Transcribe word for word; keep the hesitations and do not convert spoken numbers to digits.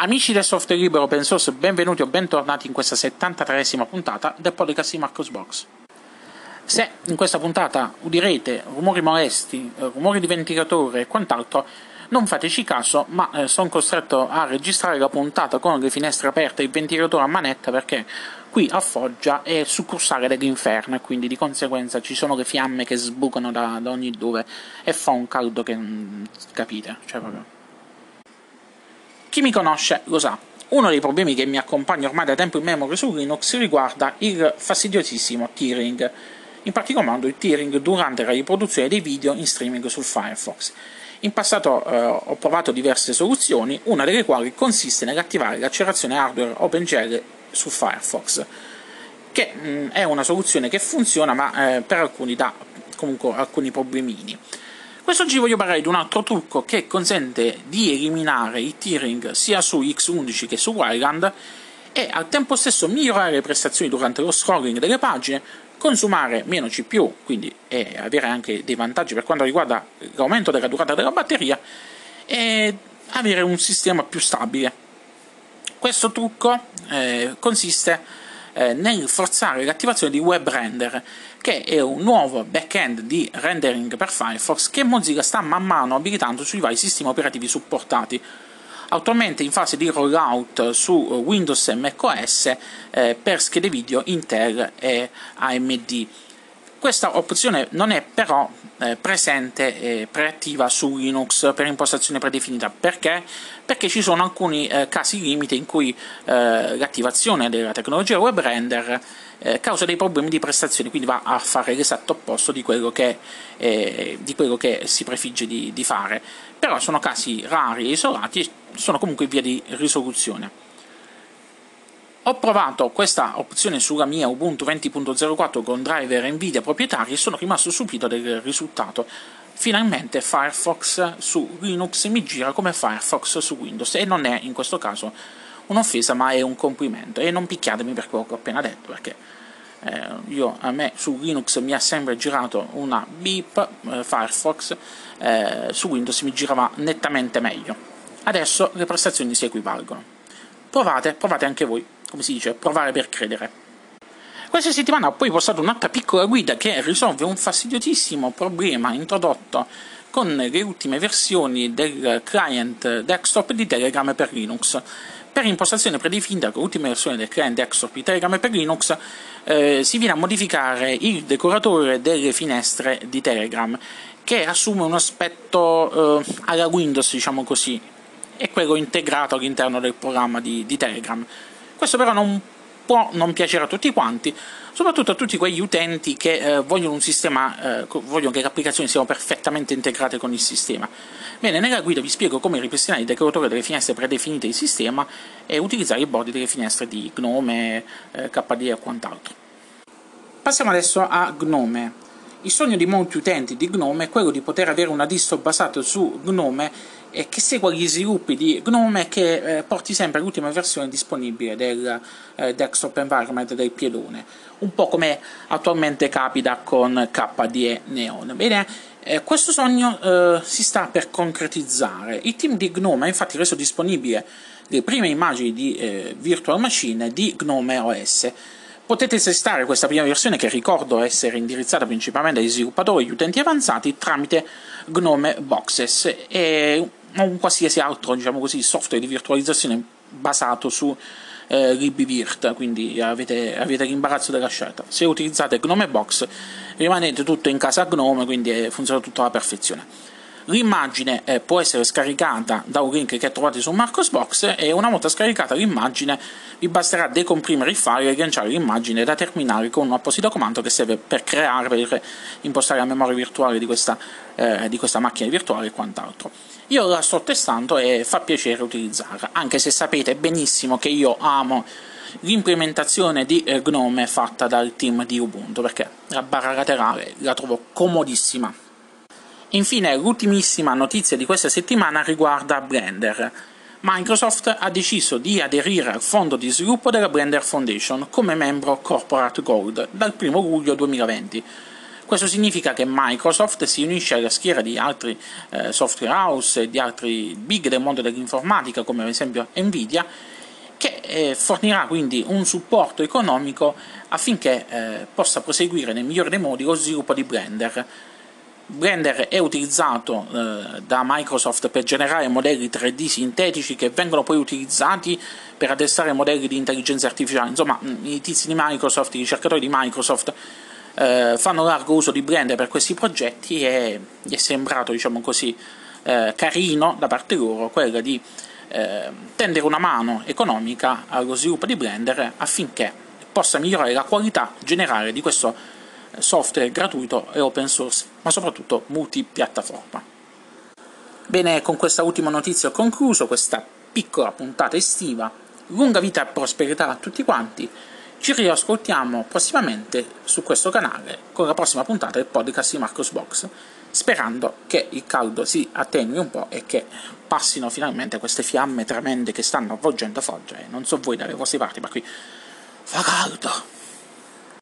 Amici del software libero open source, benvenuti o bentornati in questa settantatreesima puntata del podcast di Marcosbox. Se in questa puntata udirete rumori molesti, rumori di ventilatore e quant'altro, non fateci caso, ma eh, sono costretto a registrare la puntata con le finestre aperte e il ventilatore a manetta perché qui a Foggia è succursale dell'inferno e quindi di conseguenza ci sono le fiamme che sbucano da, da ogni dove e fa un caldo che mh, capite, cioè proprio. Chi mi conosce lo sa, uno dei problemi che mi accompagna ormai da tempo in memoria su Linux riguarda il fastidiosissimo tearing, in particolar modo il tearing durante la riproduzione dei video in streaming su Firefox. In passato eh, ho provato diverse soluzioni, una delle quali consiste nell'attivare l'accelerazione hardware OpenGL su Firefox, che mh, è una soluzione che funziona ma eh, per alcuni dà comunque alcuni problemini. Quest'oggi voglio parlare di un altro trucco che consente di eliminare il tearing sia su X undici che su Wayland e al tempo stesso migliorare le prestazioni durante lo scrolling delle pagine, consumare meno C P U, quindi e avere anche dei vantaggi per quanto riguarda l'aumento della durata della batteria e avere un sistema più stabile. Questo trucco eh, consiste eh, nel forzare l'attivazione di WebRender, che è un nuovo backend di rendering per Firefox che Mozilla sta man mano abilitando sui vari sistemi operativi supportati. Attualmente in fase di rollout su Windows e macOS eh, per schede video Intel e A M D. Questa opzione non è però eh, presente e preattiva su Linux per impostazione predefinita. Perché? Perché ci sono alcuni eh, casi limite in cui eh, l'attivazione della tecnologia WebRender eh, causa dei problemi di prestazione, quindi va a fare l'esatto opposto di quello che, eh, di quello che si prefigge di, di fare. Però sono casi rari e isolati e sono comunque in via di risoluzione. Ho provato questa opzione sulla mia Ubuntu venti punto zero quattro con driver Nvidia proprietari e sono rimasto stupito del risultato. Finalmente Firefox su Linux mi gira come Firefox su Windows e non è in questo caso un'offesa ma è un complimento. E non picchiatemi per quello che ho appena detto, perché eh, io, a me su Linux mi ha sempre girato una beep, eh, Firefox, eh, su Windows mi girava nettamente meglio. Adesso le prestazioni si equivalgono. Provate, provate anche voi. Come si dice, provare per credere. Questa settimana ho poi postato un'altra piccola guida che risolve un fastidiosissimo problema introdotto con le ultime versioni del client desktop di Telegram per Linux. Per impostazione predefinita con l'ultima versione del client desktop di Telegram per Linux eh, si viene a modificare il decoratore delle finestre di Telegram, che assume un aspetto eh, alla Windows, diciamo così, è quello integrato all'interno del programma di, di Telegram. Questo però non può non piacere a tutti quanti, soprattutto a tutti quegli utenti che eh, vogliono un sistema, eh, vogliono che le applicazioni siano perfettamente integrate con il sistema. Bene, nella guida vi spiego come ripristinare il decoratore delle finestre predefinite di sistema e utilizzare i bordi delle finestre di Gnome, eh, K D E e quant'altro. Passiamo adesso a Gnome. Il sogno di molti utenti di Gnome è quello di poter avere una distro basata su Gnome e che segua gli sviluppi di Gnome e che eh, porti sempre l'ultima versione disponibile del eh, desktop environment del piedone, un po' come attualmente capita con K D E Neon. Bene, eh, questo sogno eh, si sta per concretizzare. Il team di Gnome ha infatti reso disponibile le prime immagini di eh, virtual machine di Gnome O S. Potete testare questa prima versione, che ricordo essere indirizzata principalmente agli sviluppatori e agli utenti avanzati, tramite Gnome Boxes e un qualsiasi altro, diciamo così, software di virtualizzazione basato su eh, LibVirt, quindi avete, avete l'imbarazzo della scelta. Se utilizzate Gnome Box rimanete tutto in casa Gnome, quindi funziona tutto alla perfezione. L'immagine eh, può essere scaricata da un link che trovate su Marcosbox e una volta scaricata l'immagine vi basterà decomprimere il file e lanciare l'immagine da terminare con un apposito comando che serve per creare, per impostare la memoria virtuale di questa, eh, di questa macchina virtuale e quant'altro. Io la sto testando e fa piacere utilizzarla, anche se sapete benissimo che io amo l'implementazione di eh, Gnome fatta dal team di Ubuntu, perché la barra laterale la trovo comodissima. Infine, l'ultimissima notizia di questa settimana riguarda Blender. Microsoft ha deciso di aderire al fondo di sviluppo della Blender Foundation come membro Corporate Gold dal primo luglio duemilaventi. Questo significa che Microsoft si unisce alla schiera di altri eh, software house e di altri big del mondo dell'informatica, come ad esempio Nvidia, che eh, fornirà quindi un supporto economico affinché eh, possa proseguire nel migliore dei modi lo sviluppo di Blender. Blender è utilizzato eh, da Microsoft per generare modelli tre D sintetici che vengono poi utilizzati per addestrare modelli di intelligenza artificiale. Insomma, i tizi di Microsoft, i ricercatori di Microsoft eh, fanno largo uso di Blender per questi progetti e gli è sembrato, diciamo così, eh, carino da parte loro quella di eh, tendere una mano economica allo sviluppo di Blender affinché possa migliorare la qualità generale di questo software gratuito e open source, ma soprattutto multipiattaforma. Bene, con questa ultima notizia ho concluso questa piccola puntata estiva. Lunga vita e prosperità a tutti quanti. Ci riascoltiamo prossimamente su questo canale con la prossima puntata del podcast di Marcosbox, sperando che il caldo si attenui un po' e che passino finalmente queste fiamme tremende che stanno avvolgendo Foggia. E non so voi dalle vostre parti, ma qui fa caldo.